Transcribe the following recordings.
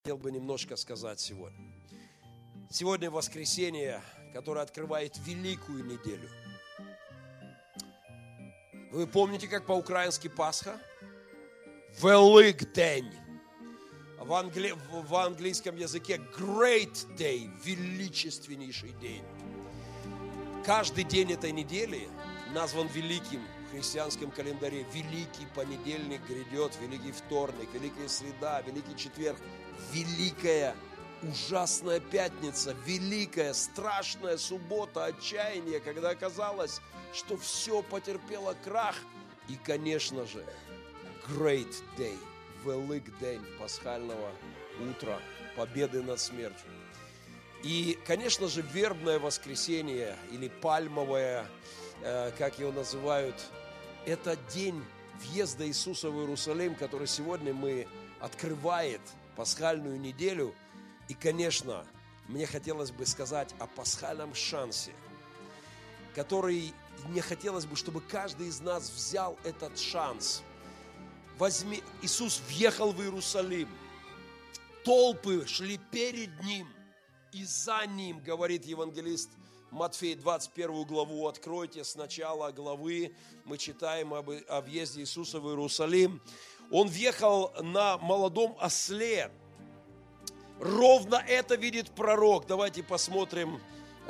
Хотел бы немножко сказать сегодня. Сегодня воскресенье, которое открывает великую неделю. Вы помните, как по-украински Пасха? Великдень. В английском языке Great Day, величественнейший день. Каждый день этой недели назван великим в христианском календаре. Великий понедельник грядет, великий вторник, великая среда, великий четверг, великая ужасная пятница, великая страшная суббота, отчаяние, когда оказалось, что все потерпело крах. И, конечно же, Great Day, Великдень пасхального утра, победы над смертью. И, конечно же, вербное воскресенье или пальмовое, как его называют, это день въезда Иисуса в Иерусалим, который сегодня открывает пасхальную неделю. И, конечно, мне хотелось бы сказать о пасхальном шансе, который мне хотелось бы, чтобы каждый из нас взял этот шанс. Иисус въехал в Иерусалим, толпы шли перед Ним и за Ним, говорит евангелист Матфей, 21 главу, откройте с начала главы, мы читаем о въезде Иисуса в Иерусалим. Он въехал на молодом осле. Ровно это видит пророк. Давайте посмотрим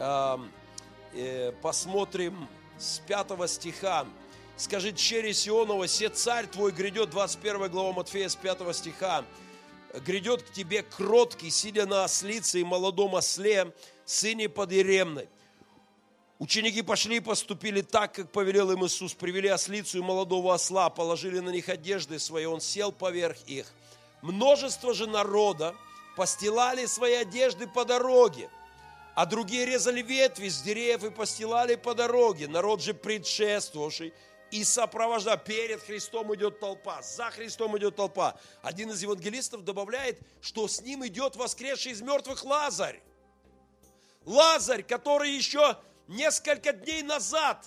с 5 стиха. Скажет чере Сионова, се царь твой грядет, 21 глава Матфея с 5 стиха. Грядет к тебе кроткий, сидя на ослице и молодом осле, сыне подъеремной. Ученики пошли и поступили так, как повелел им Иисус. Привели ослицу и молодого осла, положили на них одежды свои, он сел поверх их. Множество же народа постилали свои одежды по дороге, а другие резали ветви с деревьев и постилали по дороге. Народ же предшествовавший и сопровождал. Перед Христом идет толпа, за Христом идет толпа. Один из евангелистов добавляет, что с ним идет воскресший из мертвых Лазарь. Лазарь, который еще несколько дней назад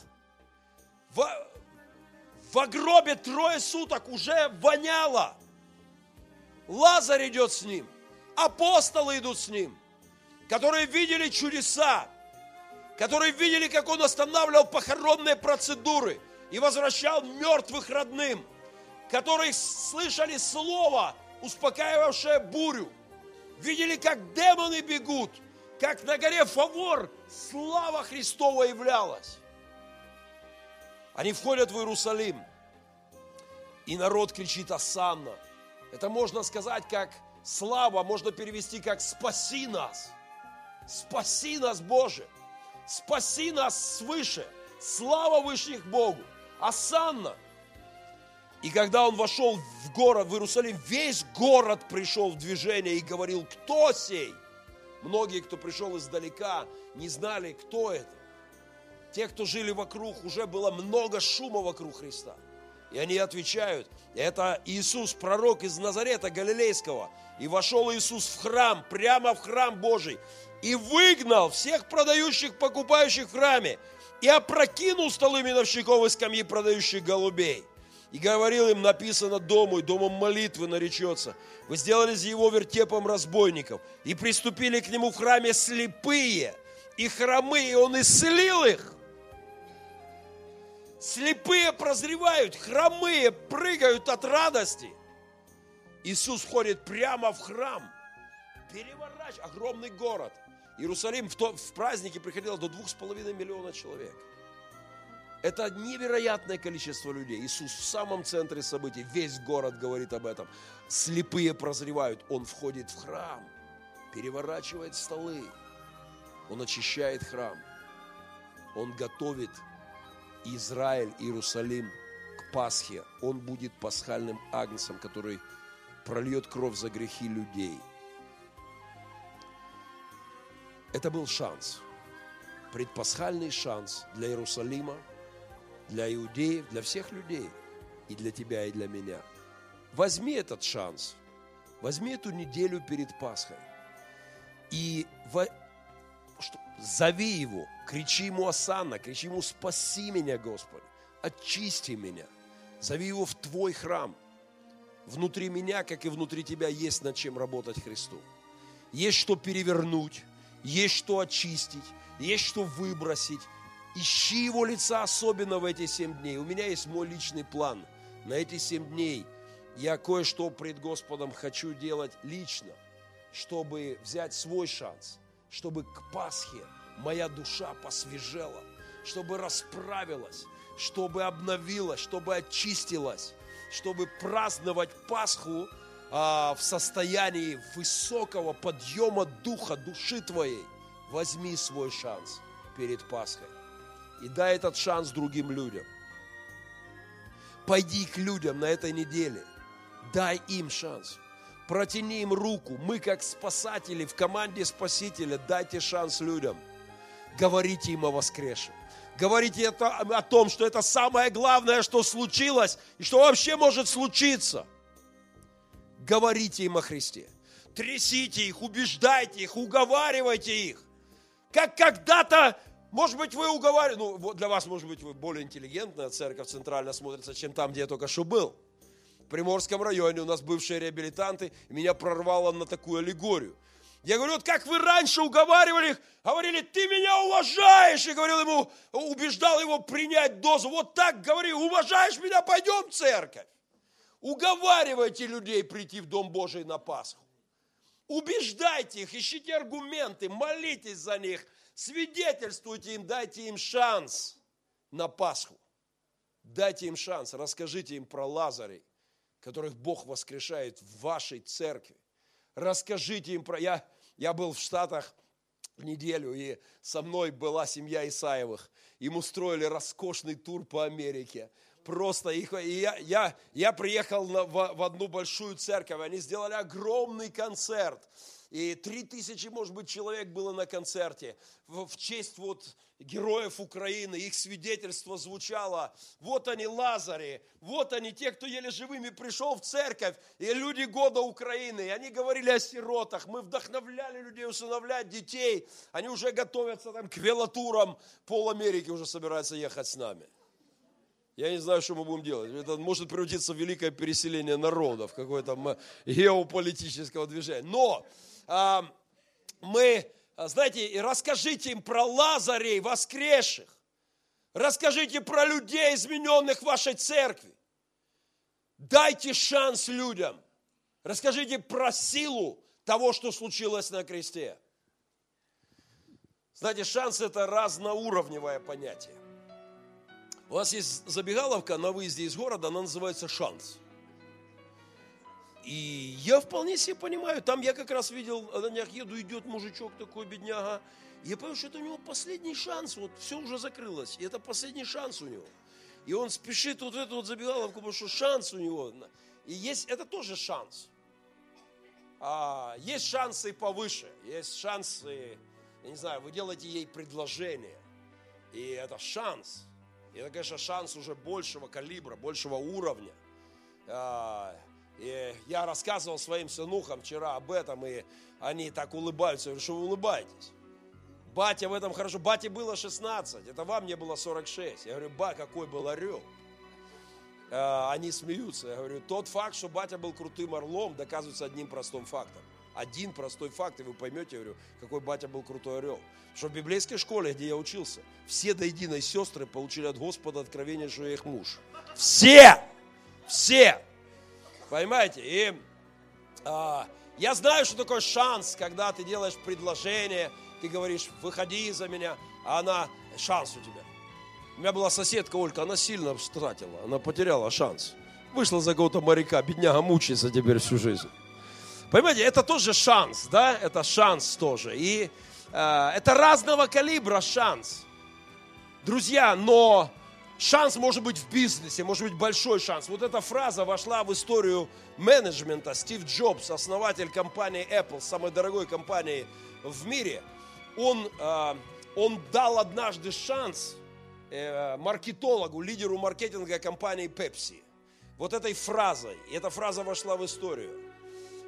в гробе 3 суток уже воняло. Лазарь идет с ним. Апостолы идут с ним, которые видели чудеса, которые видели, как он останавливал похоронные процедуры и возвращал мертвых родным, которые слышали слово, успокаивавшее бурю, видели, как демоны бегут, как на горе Фавор слава Христова являлась. Они входят в Иерусалим, и народ кричит «Осанна». Это можно сказать как слава, можно перевести как «Спаси нас». Спаси нас, Боже. Спаси нас свыше. Слава вышних Богу. Осанна. И когда он вошел в город, в Иерусалим, весь город пришел в движение и говорил: кто сей? Многие, кто пришел издалека, не знали, кто это. Те, кто жили вокруг, уже было много шума вокруг Христа. И они отвечают: это Иисус, пророк из Назарета Галилейского. И вошел Иисус в храм, прямо в храм Божий, и выгнал всех продающих, покупающих в храме, и опрокинул столы миновщиков и скамьи продающих голубей. И говорил им: написано, дому и домом молитвы наречется. Вы сделали из его вертепом разбойников. И приступили к нему в храме слепые и хромые, и он исцелил их. Слепые прозревают, хромые прыгают от радости. Иисус входит прямо в храм, переворачивает огромный город. Иерусалим в празднике приходило до 2,5 миллиона человек. Это невероятное количество людей. Иисус в самом центре событий, весь город говорит об этом. Слепые прозревают, Он входит в храм, переворачивает столы, Он очищает храм, Он готовит Израиль, Иерусалим к Пасхе. Он будет пасхальным агнцем, который прольет кровь за грехи людей. Это был шанс, предпасхальный шанс для Иерусалима, для иудеев, для всех людей, и для тебя, и для меня. Возьми этот шанс, возьми эту неделю перед Пасхой и зови его, кричи ему «Осанна», кричи ему «Спаси меня, Господи, очисти меня», зови его в твой храм. внутри меня, как и внутри тебя, есть над чем работать Христу. Есть что перевернуть, есть что очистить, есть что выбросить. Ищи Его лица особенно в эти 7 дней. У меня есть мой личный план. На эти 7 дней я кое-что пред Господом хочу делать лично, чтобы взять свой шанс, чтобы к Пасхе моя душа посвежела, чтобы расправилась, чтобы обновилась, чтобы очистилась, чтобы праздновать Пасху в состоянии высокого подъема духа, души твоей. Возьми свой шанс перед Пасхой и дай этот шанс другим людям. Пойди к людям на этой неделе, дай им шанс, протяни им руку. Мы, как спасатели в команде Спасителя, дайте шанс людям. Говорите им о воскресшем. Говорите о том, что это самое главное, что случилось и что вообще может случиться. Говорите им о Христе. Трясите их, убеждайте их, уговаривайте их. Как когда-то, может быть, вы уговариваете, для вас, может быть, вы более интеллигентная церковь центрально смотрится, чем там, где я только что был. В Приморском районе у нас бывшие реабилитанты, меня прорвало на такую аллегорию. Я говорю, вот как вы раньше уговаривали их, говорили, ты меня уважаешь, и говорил ему, убеждал его принять дозу. Вот так говори, уважаешь меня, пойдем в церковь. Уговаривайте людей прийти в Дом Божий на Пасху. Убеждайте их, ищите аргументы, молитесь за них, свидетельствуйте им, дайте им шанс на Пасху. Дайте им шанс, расскажите им про Лазарей, которых Бог воскрешает в вашей церкви. Расскажите им про... Я был в Штатах неделю, и со мной была семья Исаевых. Им устроили роскошный тур по Америке. Просто их... И я приехал в одну большую церковь, они сделали огромный концерт. И 3000, может быть, человек было на концерте в честь вот героев Украины. Их свидетельство звучало. Вот они, Лазари, вот они, те, кто еле живыми пришел в церковь. И люди года Украины. И они говорили о сиротах. Мы вдохновляли людей усыновлять детей. Они уже готовятся там к велотурам. Пол Америки уже собирается ехать с нами. Я не знаю, что мы будем делать. Это может превратиться в великое переселение народов, какое-то геополитического движения. Но мы, знаете, расскажите им про Лазарей воскресших. Расскажите про людей, измененных в вашей церкви. Дайте шанс людям. Расскажите про силу того, что случилось на кресте. Знаете, шанс – это разноуровневое понятие. У нас есть забегаловка на выезде из города, она называется «Шанс». И я вполне себе понимаю, там я как раз видел, на днях еду, идет мужичок такой, бедняга. И я понимаю, что это у него последний шанс, вот все уже закрылось, и это последний шанс у него. И он спешит вот в эту вот забегаловку, потому что шанс у него. И есть, это тоже шанс. Есть шансы повыше, есть шансы, я не знаю, вы делаете ей предложение, и это шанс. И это, конечно, шанс уже большего калибра, большего уровня. И я рассказывал своим сынухам вчера об этом, и они так улыбаются. Я говорю, что вы улыбаетесь? Батя в этом хорошо. Бате было 16, это вам не было 46. Я говорю, какой был орел. Они смеются. Я говорю, тот факт, что батя был крутым орлом, доказывается одним простым фактом. Один простой факт, и вы поймете, я говорю, какой батя был крутой орел. Что в библейской школе, где я учился, все до единой сестры получили от Господа откровение, что я их муж. Все! Все! Понимаете? И я знаю, что такое шанс, когда ты делаешь предложение, ты говоришь, выходи за меня, а она, шанс у тебя. У меня была соседка Олька, она сильно стратила, она потеряла шанс. Вышла за какого-то моряка, бедняга мучается теперь всю жизнь. Понимаете, это тоже шанс, да? Это шанс тоже. И это разного калибра шанс. Друзья, но шанс может быть в бизнесе, может быть большой шанс. Вот эта фраза вошла в историю менеджмента. Стив Джобс, основатель компании Apple, самой дорогой компании в мире, он дал однажды шанс маркетологу, лидеру маркетинга компании Pepsi. Вот этой фразой. И эта фраза вошла в историю.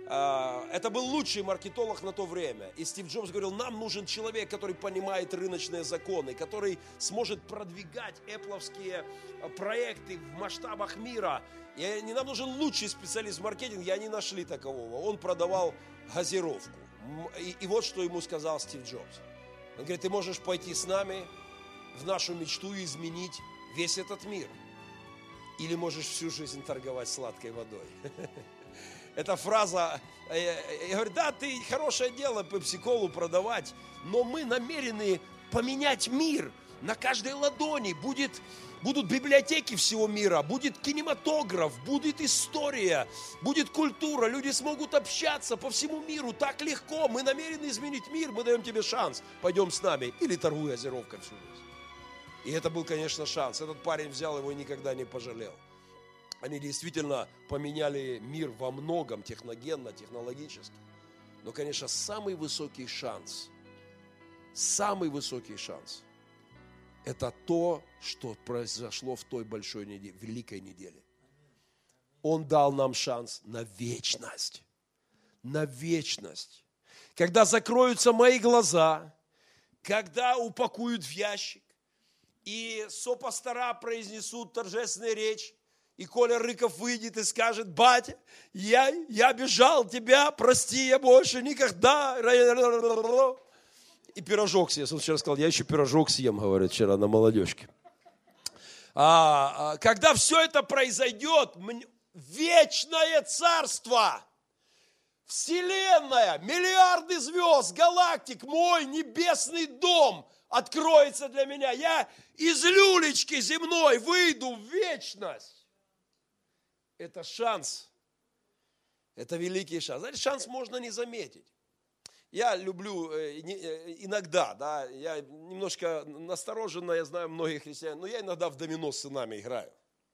это был лучший маркетолог на то время. И Стив Джобс говорил, нам нужен человек, который понимает рыночные законы, который сможет продвигать Apple-овские проекты в масштабах мира. И нам нужен лучший специалист в маркетинге, и они нашли такового. Он продавал газировку. И вот что ему сказал Стив Джобс. Он говорит, ты можешь пойти с нами в нашу мечту и изменить весь этот мир. Или можешь всю жизнь торговать сладкой водой. Эта фраза, я говорю, да, ты хорошее дело пепси-колу продавать, но мы намерены поменять мир. На каждой ладони будут библиотеки всего мира, будет кинематограф, будет история, будет культура, люди смогут общаться по всему миру так легко. Мы намерены изменить мир, мы даем тебе шанс, пойдем с нами или торгуй газировкой всю жизнь. И это был, конечно, шанс. Этот парень взял его и никогда не пожалел. Они действительно поменяли мир во многом, техногенно, технологически. Но, конечно, самый высокий шанс – это то, что произошло в той большой неделе, великой неделе. Он дал нам шанс на вечность. На вечность. Когда закроются мои глаза, когда упакуют в ящик, и сопастора произнесут торжественную речь, и Коля Рыков выйдет и скажет, батя, я обижал тебя, прости, я больше никогда. И пирожок съест. Он вчера сказал, я еще пирожок съем, говорит, вчера на молодежке. Когда все это произойдет, вечное царство, вселенная, миллиарды звезд, галактик, мой небесный дом откроется для меня. Я из люлечки земной выйду в вечность. Это шанс. Это великий шанс. Знаете, шанс можно не заметить. Я люблю иногда, да, я немножко настороженно, я знаю многих христиан, но я иногда в домино с сынами играю.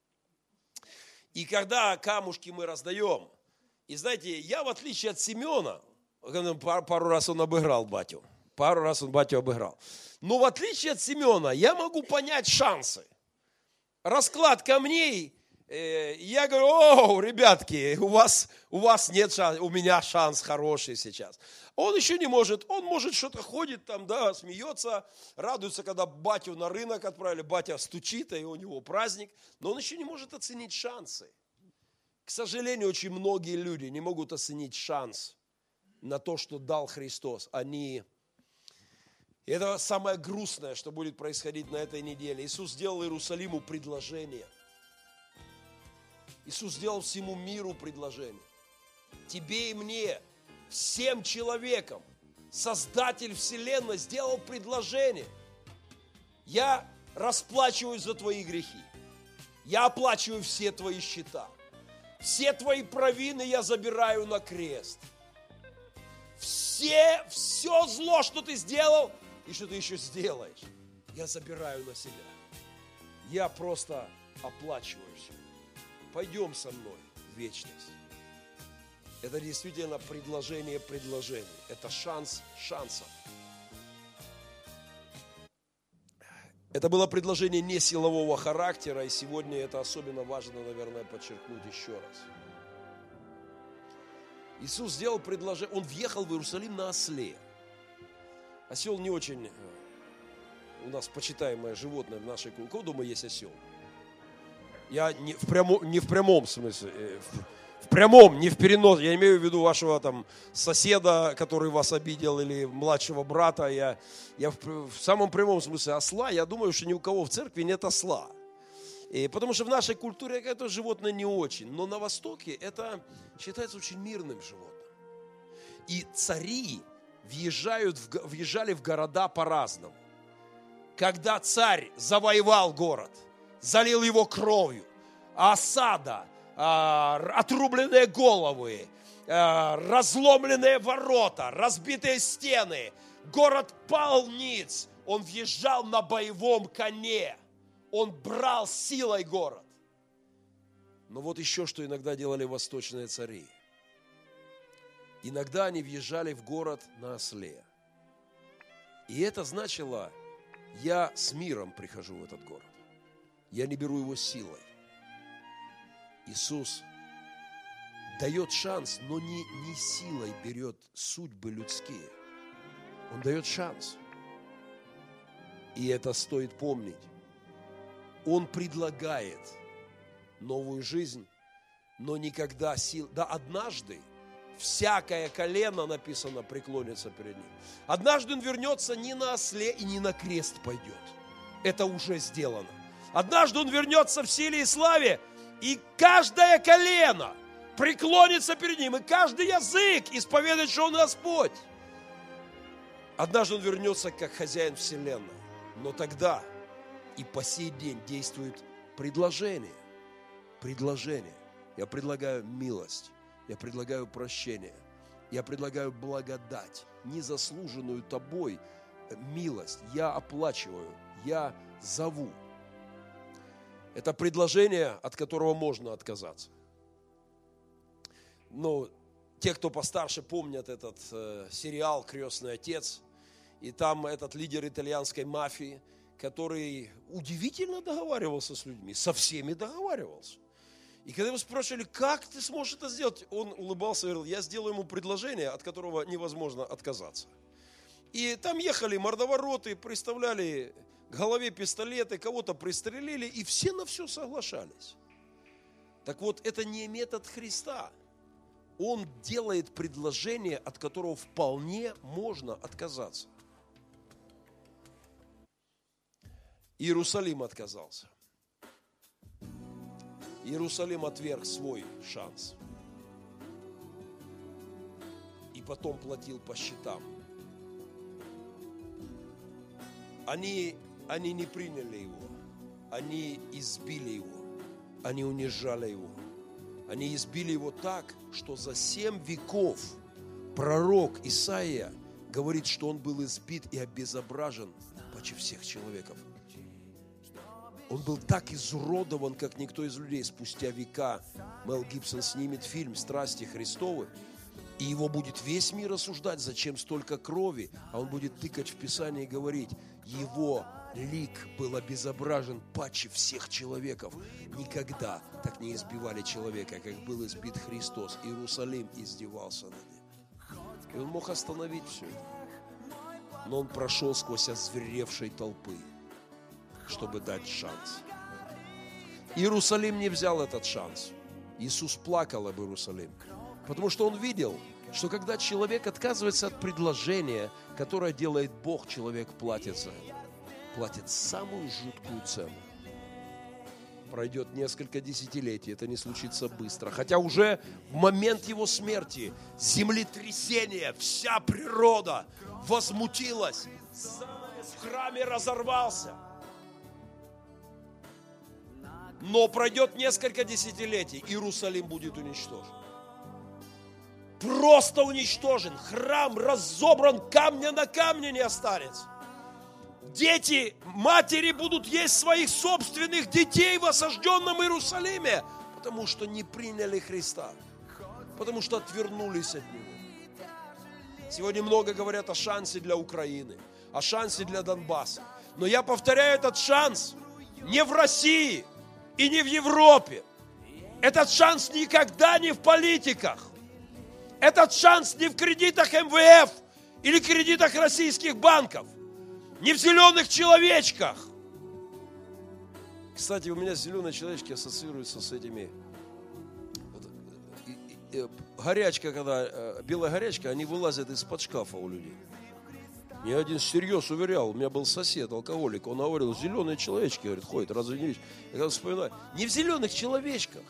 И когда камушки мы раздаем, и знаете, я в отличие от Семена, пару раз он обыграл батю, батю обыграл. Но в отличие от Семена, я могу понять шансы. Расклад камней, я говорю, ребятки, у вас нет шанса, у меня шанс хороший сейчас. Он еще не может, он может что-то ходит там, да, смеется, радуется, когда батю на рынок отправили, батя стучит, и у него праздник, но он еще не может оценить шансы. К сожалению, очень многие люди не могут оценить шанс на то, что дал Христос. Это самое грустное, что будет происходить на этой неделе. Иисус сделал Иерусалиму предложение. Иисус сделал всему миру предложение. Тебе и мне, всем человекам, Создатель вселенной сделал предложение. Я расплачиваюсь за твои грехи. Я оплачиваю все твои счета. Все твои провины я забираю на крест. Все зло, что ты сделал и что ты еще сделаешь, я забираю на себя. Я просто оплачиваю все. Пойдем со мной в вечность. Это действительно предложение предложений. Это шанс шансов. Это было предложение не силового характера, и сегодня это особенно важно, наверное, подчеркнуть еще раз. Иисус сделал предложение, Он въехал в Иерусалим на осле. Осел не очень у нас почитаемое животное в нашей культуре. У кого дома есть осел? Я не в прямом смысле, в прямом, не в перенос. Я имею в виду вашего там соседа, который вас обидел, или младшего брата. Я в самом прямом смысле осла. Я думаю, что ни у кого в церкви нет осла. Потому что в нашей культуре это животное не очень. Но на Востоке это считается очень мирным животным. И цари въезжали в города по-разному. Когда царь завоевал город, залил его кровью, осада, отрубленные головы, разломленные ворота, разбитые стены, город пал ниц, он въезжал на боевом коне, он брал силой город. Но вот еще что иногда делали восточные цари. Иногда они въезжали в город на осле. И это значило, я с миром прихожу в этот город. Я не беру его силой. Иисус дает шанс, но не силой берет судьбы людские. Он дает шанс. И это стоит помнить. Он предлагает новую жизнь, но никогда сил... Да, однажды всякое колено, написано, преклонится перед ним. Однажды он вернется не на осле и не на крест пойдет. Это уже сделано. Однажды он вернется в силе и славе, и каждое колено преклонится перед ним, и каждый язык исповедует, что он Господь. Однажды он вернется как хозяин вселенной. Но тогда и по сей день действует предложение. Предложение. Я предлагаю милость. Я предлагаю прощение. Я предлагаю благодать. Незаслуженную тобой милость. Я оплачиваю. Я зову. Это предложение, от которого можно отказаться. Но те, кто постарше, помнят этот сериал «Крестный отец». И там этот лидер итальянской мафии, который удивительно договаривался с людьми, со всеми договаривался. И когда его спрашивали, как ты сможешь это сделать, он улыбался и говорил, я сделаю ему предложение, от которого невозможно отказаться. И там ехали мордовороты, приставляли к голове пистолеты, кого-то пристрелили, и все на все соглашались. Так вот, это не метод Христа. Он делает предложение, от которого вполне можно отказаться. Иерусалим отказался. Иерусалим отверг свой шанс. И потом платил по счетам. Они не приняли его. Они избили его. Они унижали его. Они избили его так, что за 7 веков пророк Исаия говорит, что он был избит и обезображен почти всех человеков. Он был так изуродован, как никто из людей. Спустя века Мел Гибсон снимет фильм «Страсти Христовы», и его будет весь мир осуждать, зачем столько крови, а он будет тыкать в Писание и говорить, его лик был обезображен паче всех человеков. Никогда так не избивали человека, как был избит Христос. Иерусалим издевался над ним. И он мог остановить все это. Но он прошел сквозь озверевшей толпы, чтобы дать шанс. Иерусалим не взял этот шанс. Иисус плакал об Иерусалиме, потому что он видел, что когда человек отказывается от предложения, которое делает Бог, человек платит самую жуткую цену. Пройдет несколько десятилетий, это не случится быстро. Хотя уже в момент его смерти землетрясение, вся природа возмутилась, занавес в храме разорвался. Но пройдет несколько десятилетий, Иерусалим будет уничтожен. Просто уничтожен. Храм разобран, камня на камне не останется. Дети, матери будут есть своих собственных детей в осажденном Иерусалиме, потому что не приняли Христа, потому что отвернулись от Него. Сегодня много говорят о шансе для Украины, о шансе для Донбасса. Но я повторяю, этот шанс не в России и не в Европе. Этот шанс никогда не в политиках. Этот шанс не в кредитах МВФ или кредитах российских банков. Не в зеленых человечках. Кстати, у меня зеленые человечки ассоциируются с этими. Горячка, когда белая горячка, они вылазят из-под шкафа у людей. Мне один всерьез уверял, у меня был сосед, алкоголик, он говорил, зеленые человечки, говорит, ходят, разве не видишь? Я когда вспоминаю, не в зеленых человечках,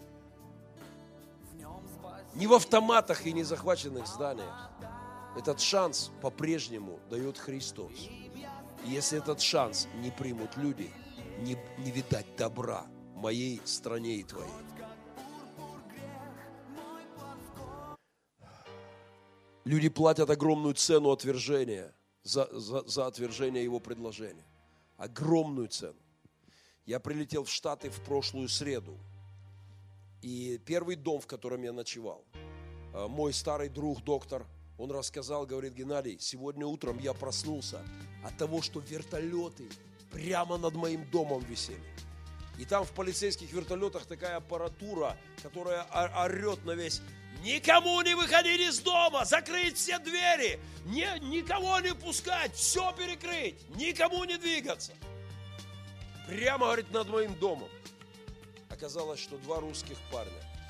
не в автоматах и не захваченных зданиях. Этот шанс по-прежнему дает Христос. И если этот шанс не примут люди, не видать добра моей стране и твоей. Люди платят огромную цену отвержения за отвержение его предложения. Огромную цену. Я прилетел в Штаты в прошлую среду. И первый дом, в котором я ночевал, мой старый друг, доктор, он рассказал, говорит, Геннадий, сегодня утром я проснулся от того, что вертолеты прямо над моим домом висели. И там в полицейских вертолетах такая аппаратура, которая орет на весь: никому не выходить из дома, закрыть все двери, никого не пускать, все перекрыть, никому не двигаться. Прямо, говорит, над моим домом. Оказалось, что 2 русских парня,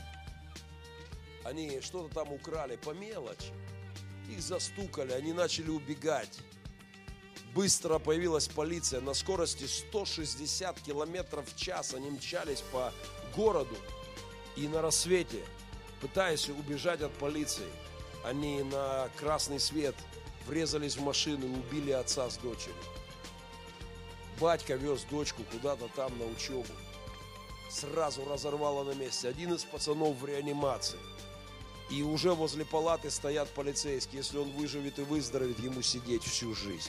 они что-то там украли по мелочи. Их застукали, они начали убегать. Быстро появилась полиция на скорости 160 километров в час. Они мчались по городу. И на рассвете, пытаясь убежать от полиции, они на красный свет врезались в машину и убили отца с дочерью. Батька вез дочку куда-то там на учебу. Сразу разорвало на месте. Один из пацанов в реанимации. И уже возле палаты стоят полицейские. Если он выживет и выздоровеет, ему сидеть всю жизнь.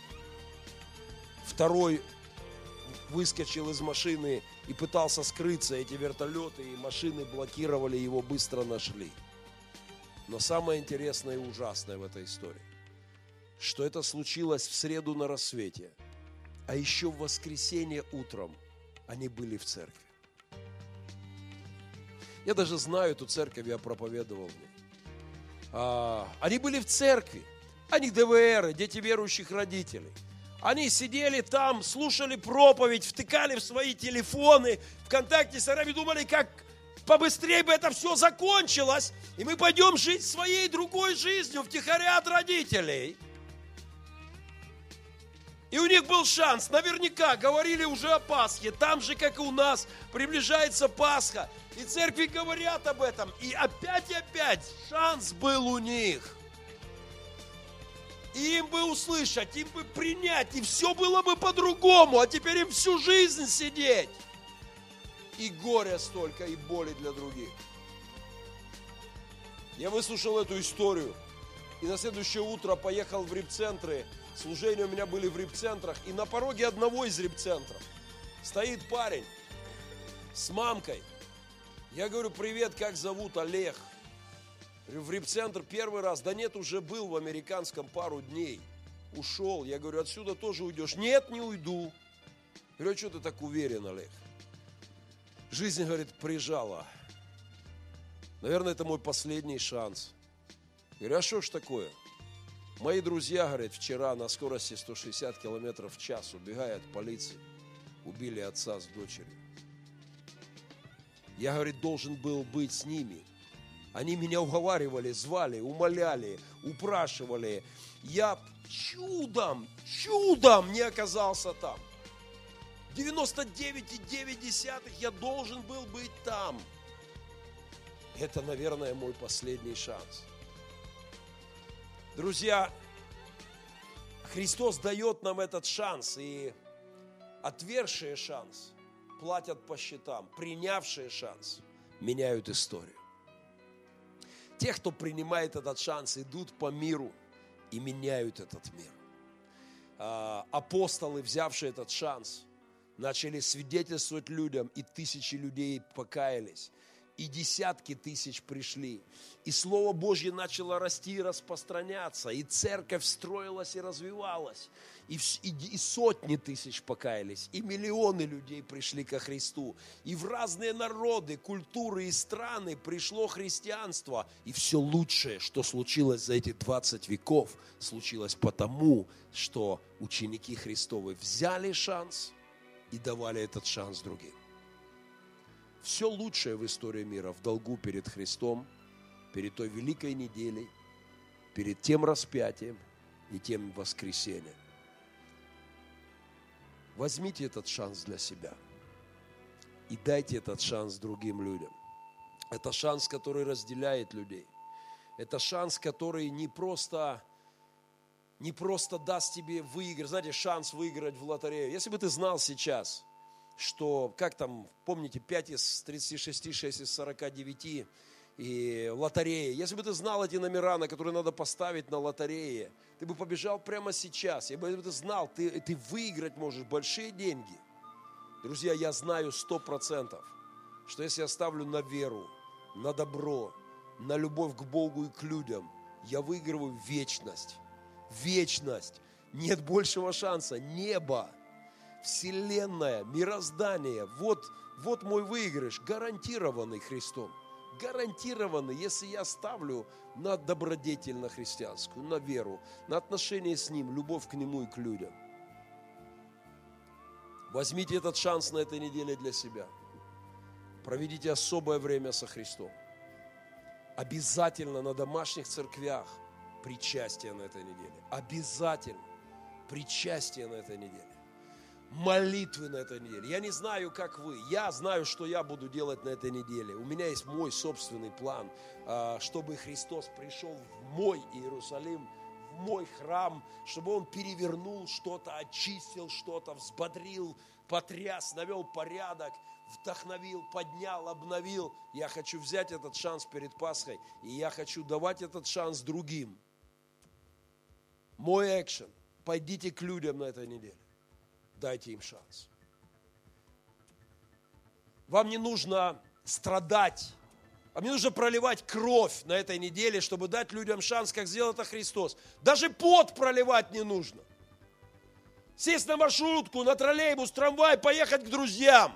Второй выскочил из машины и пытался скрыться. Эти вертолеты и машины блокировали его, быстро нашли. Но самое интересное и ужасное в этой истории, что это случилось в среду на рассвете, а еще в воскресенье утром они были в церкви. Я даже знаю эту церковь, я проповедовал в ней. Они были в церкви, они ДВРы, дети верующих родителей. Они сидели там, слушали проповедь, втыкали в свои телефоны, ВКонтакте, Инстаграме, думали, как побыстрее бы это все закончилось, и мы пойдем жить своей другой жизнью, втихаря от родителей. И у них был шанс, наверняка, говорили уже о Пасхе, там же, как и у нас, приближается Пасха, и церкви говорят об этом, и опять шанс был у них. И им бы услышать, им бы принять, и все было бы по-другому, а теперь им всю жизнь сидеть. И горя столько, и боли для других. Я выслушал эту историю, и на следующее утро поехал в репцентры. Служения у меня были в репцентрах, и на пороге одного из репцентров стоит парень с мамкой. Я говорю: привет, как зовут? Олег. В репцентр первый раз. Да нет, уже был в американском пару дней. Ушел. Я говорю: отсюда тоже уйдешь? Нет, не уйду. Я говорю: а что ты так уверен, Олег? Жизнь, говорит, прижала. Наверное, это мой последний шанс. Я говорю: а что ж такое? Мои друзья, говорят, вчера на скорости 160 километров в час, убегая от полиции, убили отца с дочерью. Я, говорит, должен был быть с ними. Они меня уговаривали, звали, умоляли, упрашивали. Я чудом не оказался там. 99,9 я должен был быть там. Это, наверное, мой последний шанс. Друзья, Христос дает нам этот шанс, и отвергшие шанс платят по счетам, принявшие шанс меняют историю. Те, кто принимает этот шанс, идут по миру и меняют этот мир. Апостолы, взявшие этот шанс, начали свидетельствовать людям, и тысячи людей покаялись, и десятки тысяч пришли. И Слово Божье начало расти и распространяться, и церковь строилась и развивалась, и сотни тысяч покаялись, и миллионы людей пришли ко Христу. И в разные народы, культуры и страны пришло христианство. И все лучшее, что случилось за эти 20 веков, случилось потому, что ученики Христовы взяли шанс и давали этот шанс другим. Все лучшее в истории мира в долгу перед Христом, перед той великой неделей, перед тем распятием и тем воскресением. Возьмите этот шанс для себя и дайте этот шанс другим людям. Это шанс, который разделяет людей. Это шанс, который не просто даст тебе выиграть, знаете, шанс выиграть в лотерею. Если бы ты знал сейчас, что, как там, помните, 5 из 36, 6 из 49 и лотереи. Если бы ты знал эти номера, на которые надо поставить на лотерее, ты бы побежал прямо сейчас. Если бы ты знал, ты выиграть можешь большие деньги. Друзья, я знаю 100%, что если я ставлю на веру, на добро, на любовь к Богу и к людям, я выигрываю вечность. Вечность. Нет большего шанса. Небо. Вселенная, мироздание, вот мой выигрыш, гарантированный Христом. Гарантированный, если я ставлю на добродетель, на христианскую, на веру, на отношения с Ним, любовь к Нему и к людям. Возьмите этот шанс на этой неделе для себя. Проведите особое время со Христом. Обязательно на домашних церквях причастие на этой неделе. Обязательно причастие на этой неделе. Молитвы на этой неделе. Я не знаю, как вы. Я знаю, что я буду делать на этой неделе. У меня есть мой собственный план, чтобы Христос пришел в мой Иерусалим, в мой храм, чтобы Он перевернул что-то, очистил что-то, взбодрил, потряс, навел порядок, вдохновил, поднял, обновил. Я хочу взять этот шанс перед Пасхой, и я хочу давать этот шанс другим. Мой экшен. Пойдите к людям на этой неделе. Дайте им шанс. Вам не нужно страдать. Вам не нужно проливать кровь на этой неделе, чтобы дать людям шанс, как сделал это Христос. Даже пот проливать не нужно. Сесть на маршрутку, на троллейбус, трамвай, поехать к друзьям.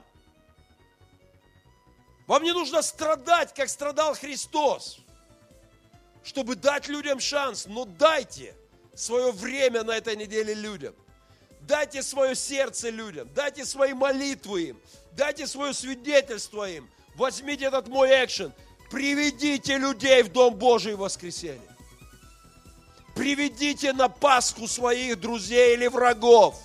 Вам не нужно страдать, как страдал Христос, чтобы дать людям шанс. Но дайте свое время на этой неделе людям. Дайте свое сердце людям, дайте свои молитвы им, дайте свое свидетельство им. Возьмите этот мой экшен, приведите людей в Дом Божий в воскресенье. Приведите на Пасху своих друзей или врагов.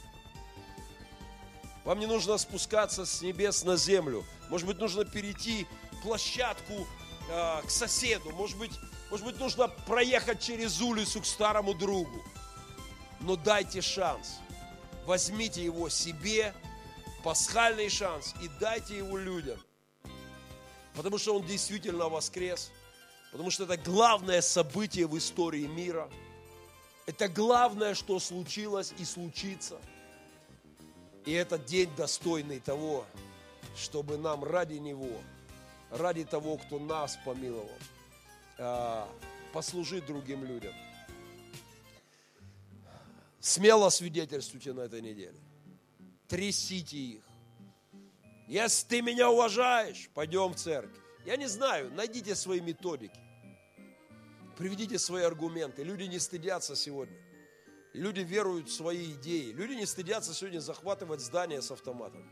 Вам не нужно спускаться с небес на землю. Может быть, нужно перейти площадку к соседу. Может быть, нужно проехать через улицу к старому другу. Но дайте шанс. Возьмите его себе, пасхальный шанс, и дайте его людям. Потому что он действительно воскрес. Потому что это главное событие в истории мира. Это главное, что случилось и случится. И этот день достойный того, чтобы нам ради Него, ради того, кто нас помиловал, послужить другим людям. Смело свидетельствуйте на этой неделе. Трясите их. Если ты меня уважаешь, пойдем в церковь. Я не знаю, найдите свои методики. Приведите свои аргументы. Люди не стыдятся сегодня. Люди веруют в свои идеи. Люди не стыдятся сегодня захватывать здания с автоматом.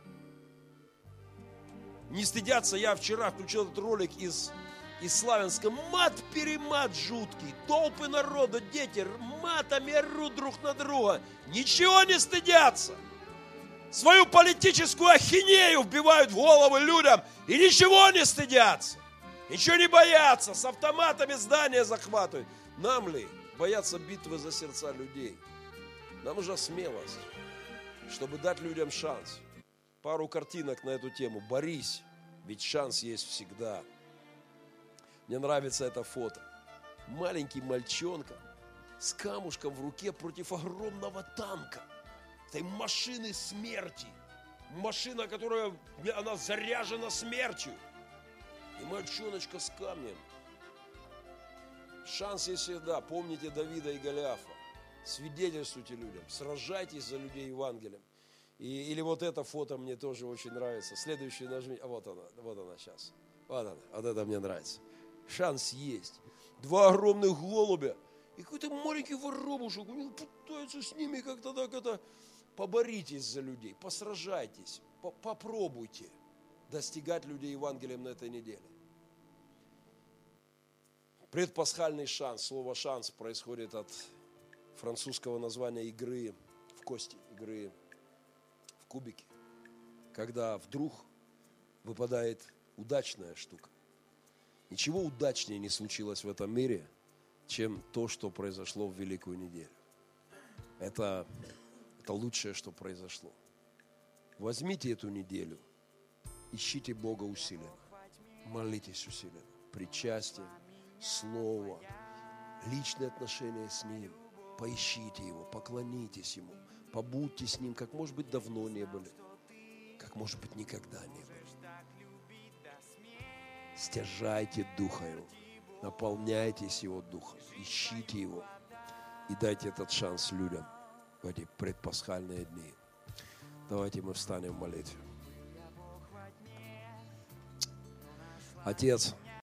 Не стыдятся. Я вчера включил этот ролик из Славянска. Мат-перемат жуткий. Толпы народа, дети матами орут друг на друга. Ничего не стыдятся. Свою политическую ахинею вбивают в головы людям и ничего не стыдятся. Ничего не боятся. С автоматами здания захватывают. Нам ли бояться битвы за сердца людей? Нам нужна смелость, чтобы дать людям шанс. Пару картинок на эту тему. Борись, ведь шанс есть всегда. Мне нравится это фото. Маленький мальчонка с камушком в руке против огромного танка. Этой машины смерти. Машина, которая, она заряжена смертью. И мальчоночка с камнем. Шанс есть всегда. Помните Давида и Голиафа. Свидетельствуйте людям. Сражайтесь за людей Евангелием. Или вот это фото мне тоже очень нравится. Следующее нажмите. Вот она сейчас. Вот она. Вот это мне нравится. Шанс есть. Два огромных голубя. И какой-то маленький воробушек. У него пытаются с ними как-то так это... Поборитесь за людей, посражайтесь, попробуйте достигать людей Евангелием на этой неделе. Предпасхальный шанс. Слово «шанс» происходит от французского названия игры в кости, игры в кубики. Когда вдруг выпадает удачная штука. Ничего удачнее не случилось в этом мире, чем то, что произошло в Великую неделю. Это лучшее, что произошло. Возьмите эту неделю, ищите Бога усиленно, молитесь усиленно, причастие, слово, личные отношения с Ним. Поищите Его, поклонитесь Ему, побудьте с Ним, как, может быть, давно не были, как, может быть, никогда не были. Стяжайте Духа Его, наполняйтесь Его Духом, ищите Его и дайте этот шанс людям в эти предпасхальные дни. Давайте мы встанем в молитве. Отец,